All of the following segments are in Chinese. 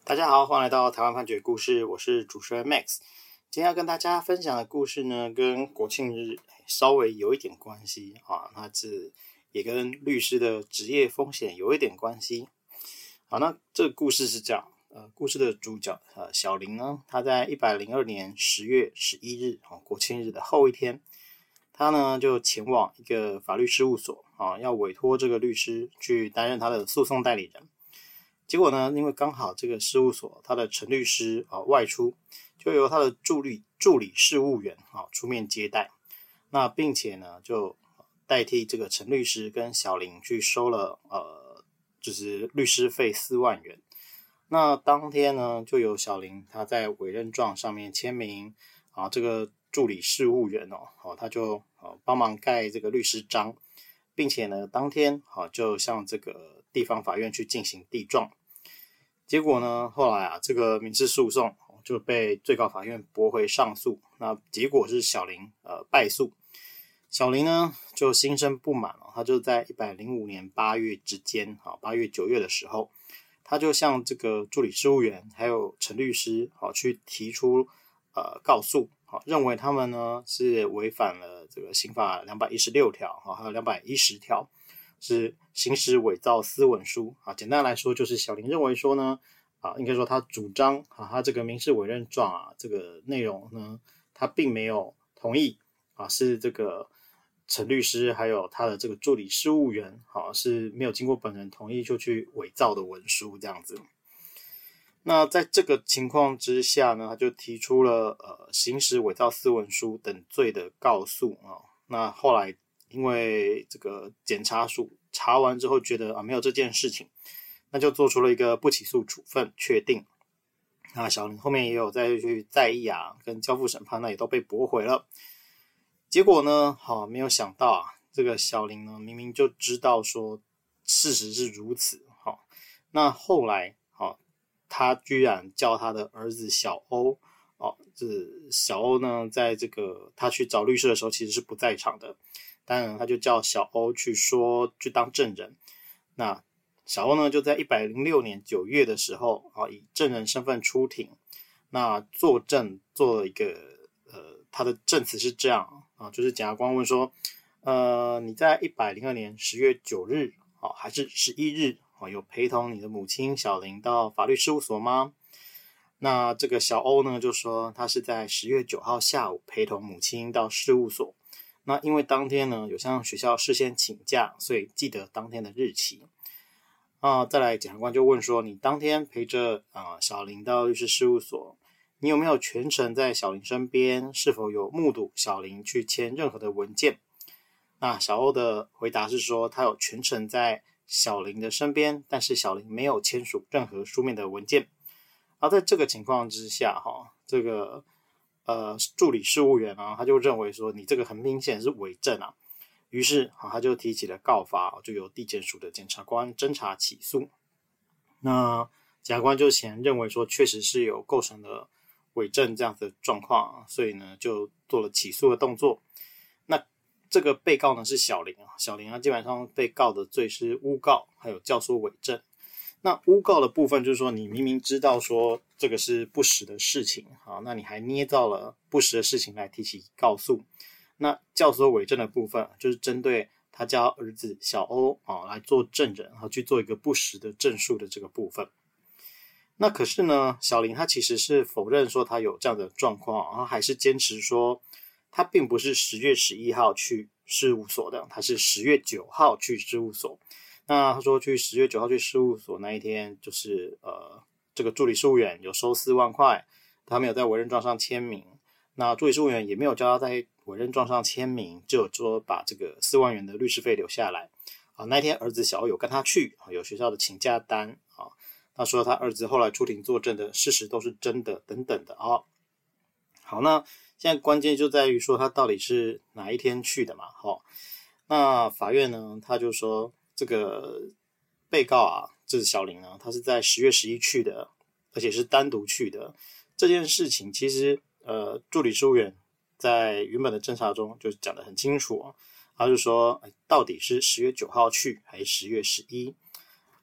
大家好，欢迎来到台湾判决故事，我是主持人 Max。今天要跟大家分享的故事呢，跟国庆日稍微有一点关系啊，那也跟律师的职业风险有一点关系。好，那这个故事是这样，故事的主角小林呢，他在102年10月11日国庆日的后一天，他呢就前往一个法律事务所要委托这个律师去担任他的诉讼代理人。结果呢，因为刚好这个事务所他的陈律师外出，就由他的助理事务员出面接待，那并且呢就代替这个陈律师跟小林去收了就是律师费4万元。那当天呢，就由小林他在委任状上面签名这个助理事务员他就帮忙盖这个律师章，并且呢当天就向这个地方法院去进行递状。结果呢，后来这个民事诉讼就被最高法院驳回上诉，那结果是小林败诉。小林呢就心生不满他就在105年8月之间8月9月的时候，他就向这个助理事务员还有陈律师去提出告诉，认为他们呢是违反了这个刑法216条还有210条，是行使伪造私文书简单来说就是小林认为说呢应该说他主张他这个民事委任状这个内容呢，他并没有同意是这个陈律师还有他的这个助理事务员是没有经过本人同意就去伪造的文书这样子。那在这个情况之下呢，他就提出了行使伪造私文书等罪的告诉那后来因为这个检察署查完之后觉得没有这件事情，那就做出了一个不起诉处分确定。那小林后面也有再去再议跟交付审判，那也都被驳回了。结果呢没有想到这个小林呢明明就知道说事实是如此那后来他居然叫他的儿子小欧这小欧呢在这个他去找律师的时候其实是不在场的，当然他就叫小欧去当证人。那小欧呢就在106年9月的时候以证人身份出庭，那作证做了一个他的证词是这样就是检察官问说你在102年10月9日还是11日有陪同你的母亲小林到法律事务所吗？那这个小欧呢就说他是在10月9号下午陪同母亲到事务所，那因为当天呢有向学校事先请假，所以记得当天的日期再来检察官就问说，你当天陪着小林到律师事务所，你有没有全程在小林身边？是否有目睹小林去签任何的文件？那小欧的回答是说，他有全程在小林的身边，但是小林没有签署任何书面的文件。在这个情况之下这个助理事务员他就认为说你这个很明显是伪证于是他就提起了告发，就由地检署的检察官侦查起诉。那检察官就显然认为说确实是有构成的伪证这样子的状况所以呢就做了起诉的动作。那这个被告呢是小林小林基本上被告的罪是诬告还有教唆伪证。那诬告的部分就是说，你明明知道说这个是不实的事情那你还捏造了不实的事情来提起告诉。那教唆伪证的部分就是针对他家儿子小欧来做证人去做一个不实的证述的这个部分。那可是呢，小林他其实是否认说他有这样的状况还是坚持说他并不是10月11号去事务所的，他是10月9号去事务所。那他说去10月9号去事务所那一天，就是这个助理事务员有收4万块，他没有在委任状上签名。那助理事务员也没有叫他在委任状上签名，只有说把这个4万元的律师费留下来那一天儿子小欧有跟他去有学校的请假单他说他儿子后来出庭作证的事实都是真的等等的好，那现在关键就在于说他到底是哪一天去的嘛那法院呢他就说这个被告这是小林呢，他是在10月11去的，而且是单独去的。这件事情其实助理事务员在原本的侦查中就讲得很清楚他就说到底是10月9号去还是10月11，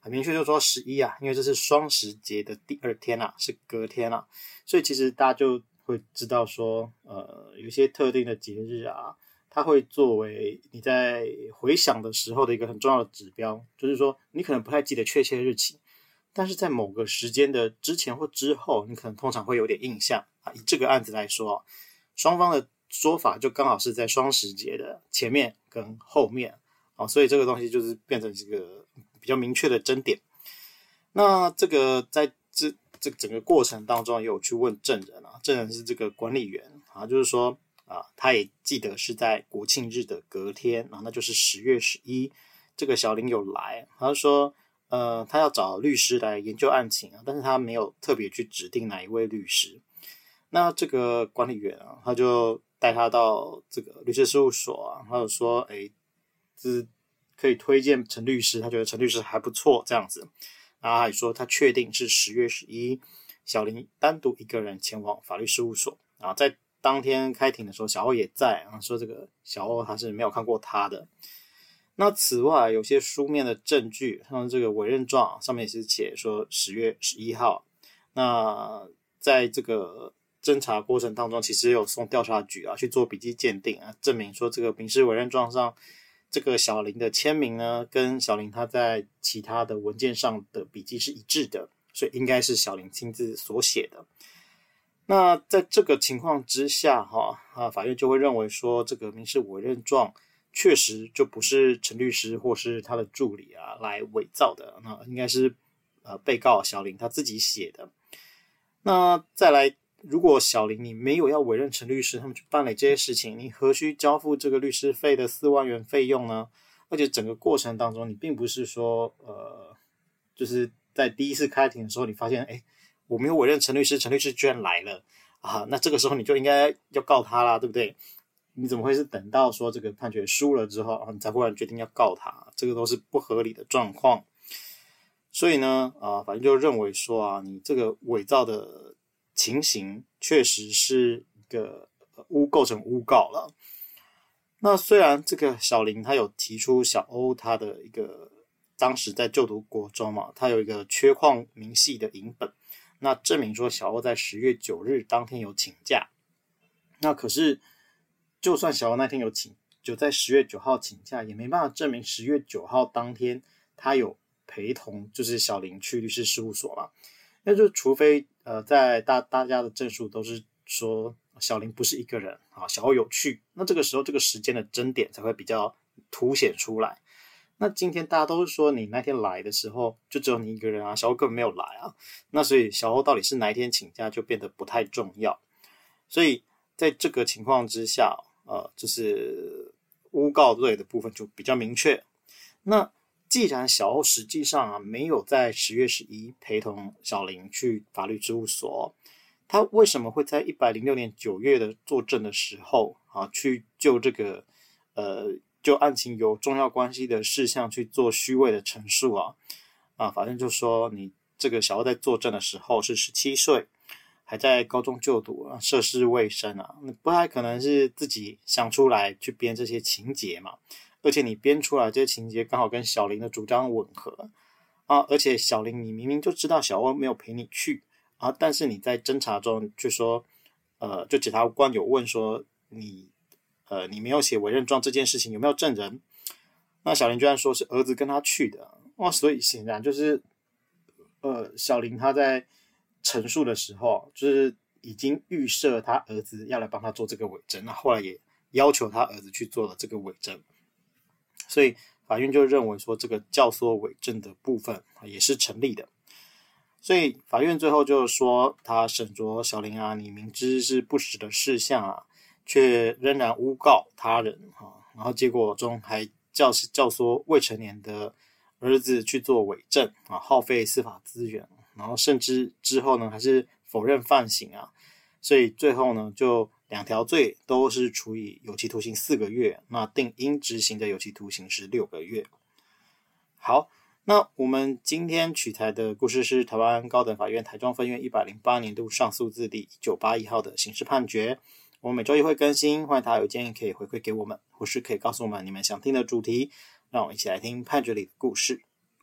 很明确就说11啊，因为这是双十节的第2天啊，是隔天啊，所以其实大家就会知道说，有一些特定的节日啊，它会作为你在回想的时候的一个很重要的指标，就是说你可能不太记得确切日期，但是在某个时间的之前或之后，你可能通常会有点印象啊。以这个案子来说，双方的说法就刚好是在双十节的前面跟后面啊，所以这个东西就是变成这个比较明确的争点。那这个在这整个过程当中也有去问证人啊，证人是这个管理员啊，就是说啊，他也记得是在国庆日的隔天啊，那就是10月11，这个小林有来，他说他要找律师来研究案情啊，但是他没有特别去指定哪一位律师。那这个管理员啊，他就带他到这个律师事务所啊，他就说，这可以推荐陈律师，他觉得陈律师还不错这样子。然后他也说他确定是10月11，小林单独一个人前往法律事务所。然后在当天开庭的时候，小欧也在，然后说这个小欧他是没有看过他的。那此外，有些书面的证据，像这个委任状上面也是写说10月11号。那在这个侦查过程当中，其实也有送调查局啊去做笔迹鉴定啊，证明说这个民事委任状上这个小林的签名呢，跟小林他在其他的文件上的笔迹是一致的，所以应该是小林亲自所写的。那在这个情况之下法院就会认为说这个民事委任状确实就不是陈律师或是他的助理啊来伪造的，那应该是被告小林他自己写的。那再来，如果小林你没有要委任陈律师，他们去办理这些事情，你何须交付这个律师费的4万元费用呢？而且整个过程当中，你并不是说就是在第一次开庭的时候，你发现我没有委任陈律师，陈律师居然来了啊，那这个时候你就应该要告他啦，对不对？你怎么会是等到说这个判决输了之后你才忽然决定要告他？这个都是不合理的状况。所以呢法院就认为说你这个伪造的情形确实是一个构成诬告了。那虽然这个小林他有提出小欧他的一个当时在就读国中嘛，他有一个缺旷明细的影本，那证明说小欧在10月9日当天有请假。那可是就算小欧那天就在10月9号请假，也没办法证明10月9号当天他有陪同就是小林去律师事务所嘛。那就除非在大家的证述都是说小林不是一个人小欧有去，那这个时候这个时间的争点才会比较凸显出来。那今天大家都是说你那天来的时候就只有你一个人啊，小欧根本没有来啊，那所以小欧到底是哪一天请假就变得不太重要。所以在这个情况之下就是诬告罪的部分就比较明确。那既然小欧实际上没有在10月11陪同小林去法律事务所，他为什么会在106年9月的作证的时候去就这个就案情有重要关系的事项去做虚伪的陈述法院就说你这个小欧在作证的时候是17岁，还在高中就读涉世未深不太可能是自己想出来去编这些情节嘛，而且你编出来这些情节刚好跟小林的主张吻合而且小林你明明就知道小欧没有陪你去但是你在侦查中就说就检察官有问说你没有写委任状这件事情有没有证人，那小林居然说是儿子跟他去的所以显然就是小林他在陈述的时候就是已经预设他儿子要来帮他做这个伪证，那后来也要求他儿子去做了这个伪证，所以法院就认为说这个教唆伪证的部分也是成立的。所以法院最后就说他审酌小林你明知是不实的事项却仍然诬告他人然后结果中还教唆未成年的儿子去做伪证耗费司法资源，然后甚至之后呢还是否认犯行所以最后呢就2条罪都是处以有期徒刑4个月，那定应执行的有期徒刑是6个月。好，那我们今天取材的故事是台湾高等法院台中分院108年度上诉字第1981号的刑事判决。我们每周一会更新，欢迎大家有建议可以回馈给我们，或是可以告诉我们你们想听的主题，让我们一起来听判决里的故事。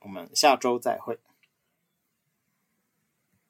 我们下周再会。